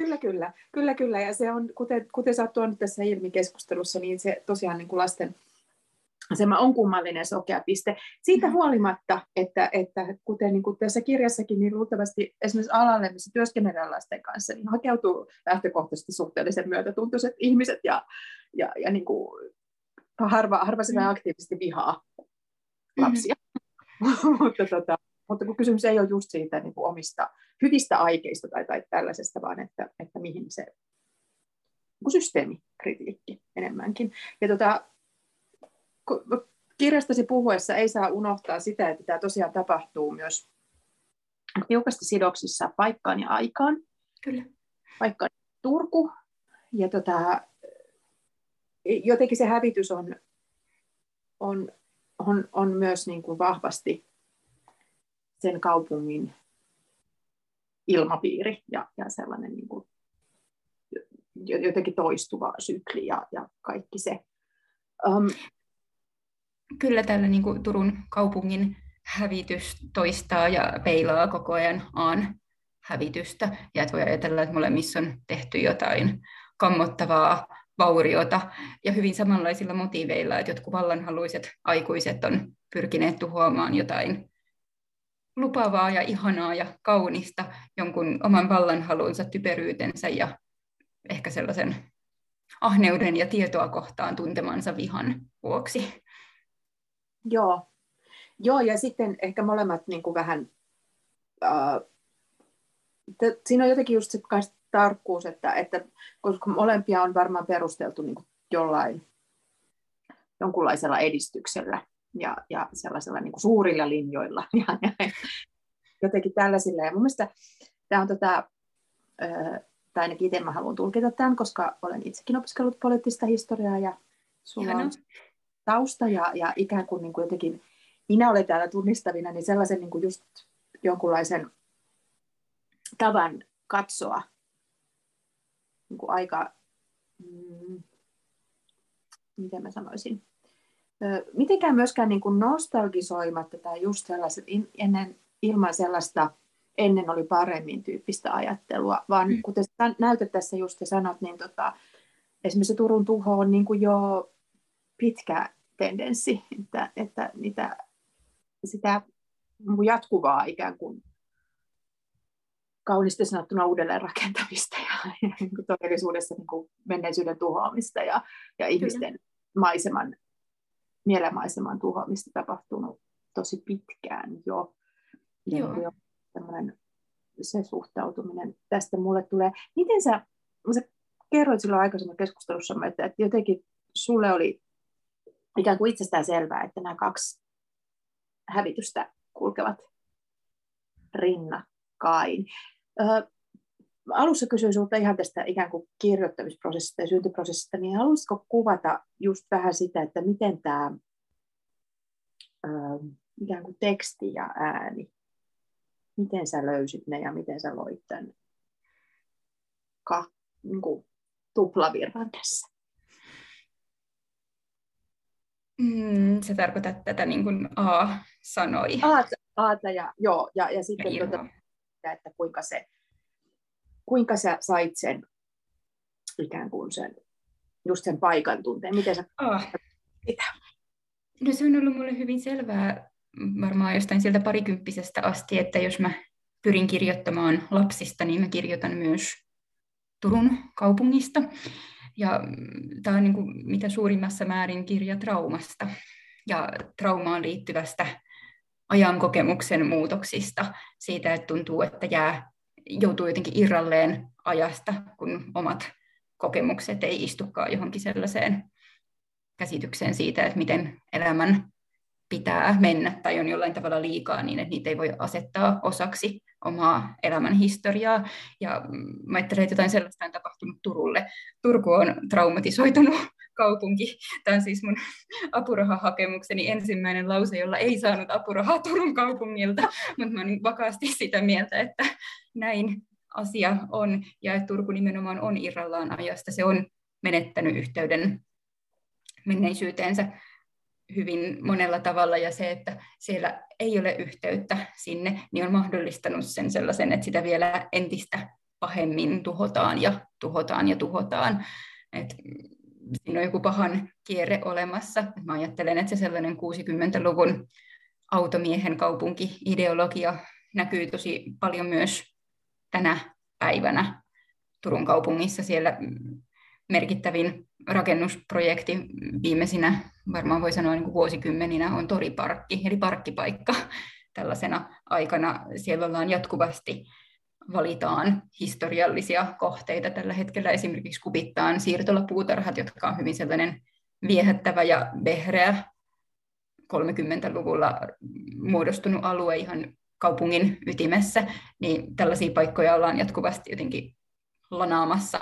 [SPEAKER 1] Kyllä. Ja se on, kuten sä oot tuonut tässä ilmi keskustelussa, niin se tosiaan niin kuin lasten asema on kummallinen sokea piste. Siitä huolimatta, että kuten niin kuin tässä kirjassakin, niin luultavasti esimerkiksi alalle, missä työskennellään lasten kanssa, niin hakeutuu lähtökohtaisesti suhteellisen myötätuntoiset ihmiset ja niin kuin harva sitä aktiivisesti vihaa lapsia. Mutta kun kysymys ei ole just siitä niin kuin omista hyvistä aikeista tai tällaisesta, vaan että mihin se niin systeemikritiikki enemmänkin. Ja kirjastasi puhuessa ei saa unohtaa sitä, että tämä tosiaan tapahtuu myös tiukasti sidoksissa paikkaan ja aikaan.
[SPEAKER 2] Kyllä.
[SPEAKER 1] Paikka Turku. Ja jotenkin se hävitys on myös niin kuin vahvasti sen kaupungin ilmapiiri ja sellainen niin kuin jotenkin toistuva sykli ja kaikki se.
[SPEAKER 2] Kyllä tällä niin kuin Turun kaupungin hävitys toistaa ja peilaa koko ajan Aan hävitystä. Ja että voi ajatella, että molemmissa on tehty jotain kammottavaa vauriota ja hyvin samanlaisilla motiiveilla, että jotkut vallanhaluiset aikuiset on pyrkineet tuhoamaan jotain lupaavaa ja ihanaa ja kaunista jonkun oman vallanhalunsa, typeryytensä ja ehkä sellaisen ahneuden ja tietoa kohtaan tuntemansa vihan vuoksi.
[SPEAKER 1] Joo. Joo, ja sitten ehkä molemmat niin kuin vähän, siinä on jotenkin just se tarkkuus, että koska molempia on varmaan perusteltu niin kuin jonkunlaisella edistyksellä ja sellaisella niin kuin suurilla linjoilla ja jotenkin tällaisilla. Ja mun mielestä tämä on tai ainakin itse mä haluan tulkita tämän, koska olen itsekin opiskellut poliittista historiaa ja sulla on tausta ja ikään kuin, jotenkin minä olen täällä tunnistavina, niin sellaisen niin kuin just jonkunlaisen tavan katsoa niin kuin aika, miten mä sanoisin, mitenkään myöskään niin kuin nostalgisoimatta tai just sellaiset ilman sellaista ennen oli paremmin tyyppistä ajattelua, vaan kuten näytät tässä just ja sanot, niin esimerkiksi se Turun tuho on niin kuin jo pitkä tendenssi, että sitä jatkuvaa ikään kuin kauniisti sanottuna uudelleen rakentamista ja niin kuin todellisuudessa niin kuin menneisyyden tuhoamista ja ihmisten mielenmaiseman tuhoamista tapahtunut tosi pitkään jo. Ja se suhtautuminen tästä mulle tulee. Miten sä kerroit silloin aikaisemmin keskustelussa, että jotenkin sulle oli ikään kuin itsestään selvää, että nämä kaksi hävitystä kulkevat rinnakkain. Alussa kysyin sinulta ihan tästä ikään kuin kirjoittamisprosessista ja syntyprosessista, niin haluaisitko kuvata just vähän sitä, että miten tämä ikään kuin teksti ja ääni, miten sä löysit ne ja miten sä loit tämän niin kuin tuplavirran tässä?
[SPEAKER 2] Se tarkoittaa tätä niin kuin A sanoi.
[SPEAKER 1] Aata ja sitten että kuinka sä sait sen ikään kuin just sen paikan tunteen, miten sä
[SPEAKER 2] No se on ollut mulle hyvin selvää varmaan jostain sieltä parikymppisestä asti, että jos mä pyrin kirjoittamaan lapsista, niin mä kirjoitan myös Turun kaupungista. Ja tämä on niin kuin mitä suurimmassa määrin kirja traumasta ja traumaan liittyvästä ajankokemuksen muutoksista, siitä, että tuntuu, että joutuu jotenkin irralleen ajasta, kun omat kokemukset ei istukaan johonkin sellaiseen käsitykseen siitä, että miten elämän pitää mennä tai on jollain tavalla liikaa niin, että niitä ei voi asettaa osaksi omaa elämän historiaa. Ja mä ajattelen, että jotain sellaista on tapahtunut Turulle. Turku on traumatisoitunut kaupunki. Tämä on siis mun apurahahakemukseni ensimmäinen lause, jolla ei saanut apurahaa Turun kaupungilta, mutta mä olen vakaasti sitä mieltä, että näin asia on ja että Turku nimenomaan on irrallaan ajasta. Se on menettänyt yhteyden menneisyyteensä hyvin monella tavalla, ja se, että siellä ei ole yhteyttä sinne, niin on mahdollistanut sen sellaisen, että sitä vielä entistä pahemmin tuhotaan ja tuhotaan ja tuhotaan. Et siinä on joku pahan kierre olemassa. Mä ajattelen, että se sellainen 60-luvun automiehen kaupunki-ideologia näkyy tosi paljon myös tänä päivänä Turun kaupungissa. Siellä merkittävin rakennusprojekti viimeisinä, varmaan voi sanoa niin kuin vuosikymmeninä, on Toriparkki, eli parkkipaikka. Tällaisena aikana siellä ollaan jatkuvasti valitaan historiallisia kohteita. Tällä hetkellä esimerkiksi Kupittaan siirtolapuutarhat, jotka on hyvin sellainen viehättävä ja vehreä 30-luvulla muodostunut alue ihan kaupungin ytimessä, niin tällaisia paikkoja ollaan jatkuvasti jotenkin lanaamassa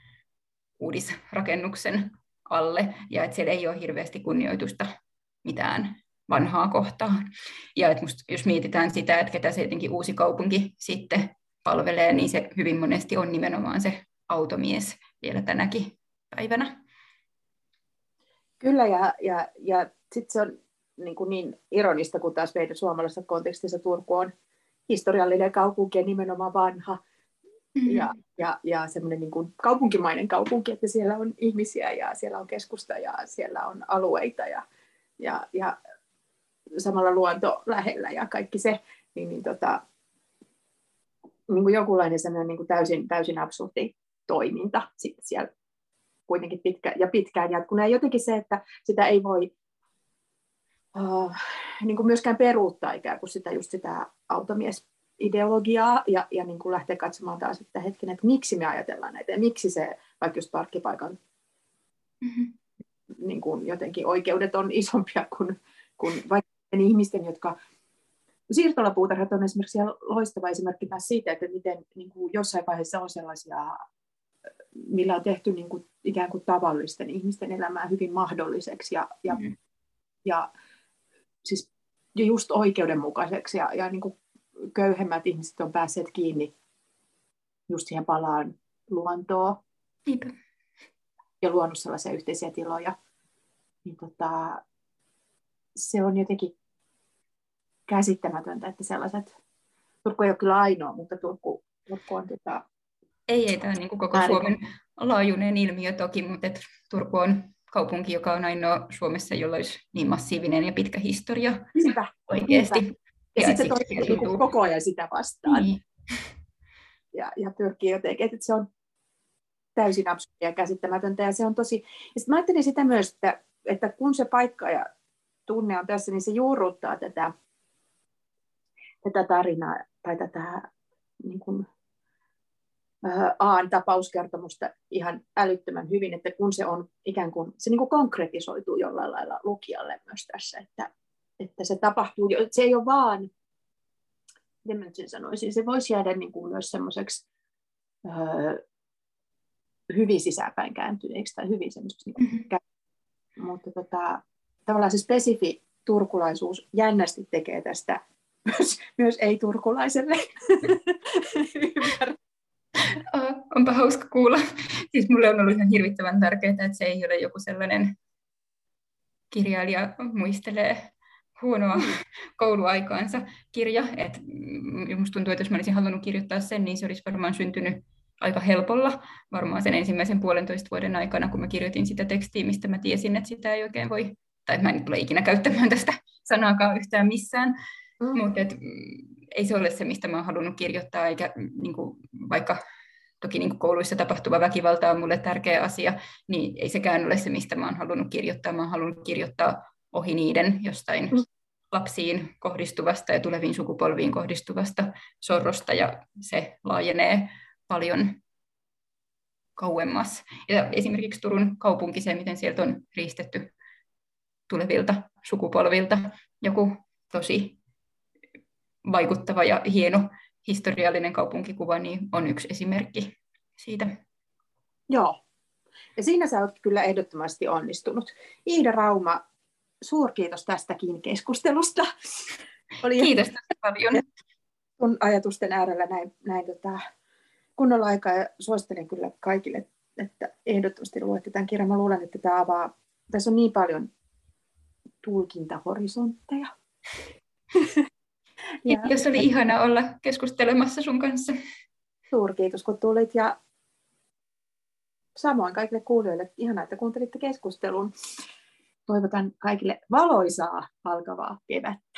[SPEAKER 2] uudisrakennuksen alle, ja että siellä ei ole hirveästi kunnioitusta mitään vanhaa kohtaan. Ja että jos mietitään sitä, että ketä se jotenkin uusi kaupunki sitten palvelee, niin se hyvin monesti on nimenomaan se automies vielä tänäkin päivänä.
[SPEAKER 1] Kyllä, ja sitten se on niin ironista, kun taas meidän suomalaisessa kontekstissa Turku on historiallinen kaupunki ja nimenomaan vanha. Ja semmoinen niin kuin kaupunkimainen kaupunki, että siellä on ihmisiä ja siellä on keskusta ja siellä on alueita ja samalla luonto lähellä ja kaikki se. niin kuin jokinlainen sellainen niin kuin täysin absurdi toiminta sitten siellä kuitenkin pitkään jatkunut. Ja jotenkin se, että sitä ei voi niin kuin myöskään peruuttaa ikään kuin sitä automiesideologiaa ja niin kuin lähteä katsomaan taas, että hetken, että miksi me ajatellaan näitä ja miksi se vaikka just parkkipaikan niin kuin jotenkin oikeudet on isompia kuin vaikka ihmisten, jotka siirtolapuutarhat on esimerkiksi loistava esimerkki taas siitä, että miten niin kuin jossain vaiheessa on sellaisia, millä on tehty niin kuin ikään kuin tavallisten ihmisten elämää hyvin mahdolliseksi ja siis just oikeudenmukaiseksi ja niin kuin köyhemmät ihmiset on päässeet kiinni just siihen palaan luontoon ja luonut sellaisia yhteisiä tiloja. Niin se on jotenkin käsittämätöntä, että sellaiset, Turku ei ole kyllä ainoa, mutta Turku on
[SPEAKER 2] Ei tämä on niin kuin koko Suomen laajuinen ilmiö toki, mutta Turku on kaupunki, joka on ainoa Suomessa, jolla olisi niin massiivinen ja pitkä historia oikeasti.
[SPEAKER 1] Niinpä. Ja sitten se toimii koko ajan sitä vastaan.
[SPEAKER 2] Niin.
[SPEAKER 1] Ja pyrkii jotenkin, että se on täysin absurdia ja käsittämätöntä. Ja se on tosi. Ja sitten mä ajattelin sitä myös, että kun se paikka ja tunne on tässä, niin se juurruttaa tätä tarinaa tai tätä niin kuin, Aan tapauskertomusta ihan älyttömän hyvin, että kun se on ikään kuin, se niin kuin konkretisoituu jollain lailla lukijalle myös tässä, että se tapahtuu, se ei ole vaan, miten mä nyt sen sanoisin, se voisi jäädä niin kuin myös semmoiseksi hyvin sisäänpäin kääntyneeksi tai hyvin semmoiseksi, mutta tavallaan se spesifi turkulaisuus jännästi tekee tästä myös ei-turkulaiselle.
[SPEAKER 2] Onpa hauska kuulla. Siis mulle on ollut ihan hirvittävän tärkeää, että se ei ole joku sellainen kirjailija muistelee huonoa kouluaikaansa kirja. Et musta tuntuu, että jos mä olisin halunnut kirjoittaa sen, niin se olisi varmaan syntynyt aika helpolla. Varmaan sen ensimmäisen 1,5 vuoden aikana, kun mä kirjoitin sitä tekstiä, mistä mä tiesin, että sitä ei oikein voi, tai mä en tule ikinä käyttämään tästä sanaakaan yhtään missään. Mutta ei se ole se, mistä mä oon halunnut kirjoittaa, eikä niinku, vaikka toki niinku kouluissa tapahtuva väkivalta on mulle tärkeä asia, niin ei sekään ole se, mistä mä oon halunnut kirjoittaa. Mä oon halunnut kirjoittaa ohi niiden jostain lapsiin kohdistuvasta ja tuleviin sukupolviin kohdistuvasta sorrosta, ja se laajenee paljon kauemmas. Ja esimerkiksi Turun kaupunki, se miten sieltä on riistetty tulevilta sukupolvilta joku tosi vaikuttava ja hieno historiallinen kaupunkikuva, niin on yksi esimerkki siitä.
[SPEAKER 1] Joo, ja siinä sä oot kyllä ehdottomasti onnistunut. Iida Rauma, suurkiitos tästäkin keskustelusta.
[SPEAKER 2] Kiitos paljon.
[SPEAKER 1] Sun ajatusten äärellä näin kunnolla aikaa, ja suosittelen kyllä kaikille, että ehdottomasti luette tämän kirjan. Mä luulen, että tämä avaa, tässä on niin paljon tulkintahorisontteja.
[SPEAKER 2] Kiitos, oli ihana olla keskustelemassa sun kanssa.
[SPEAKER 1] Suurkiitos, kun tulit, ja samoin kaikille kuulijoille. Ihanaa, että kuuntelitte keskustelun. Toivotan kaikille valoisaa alkavaa kevättä.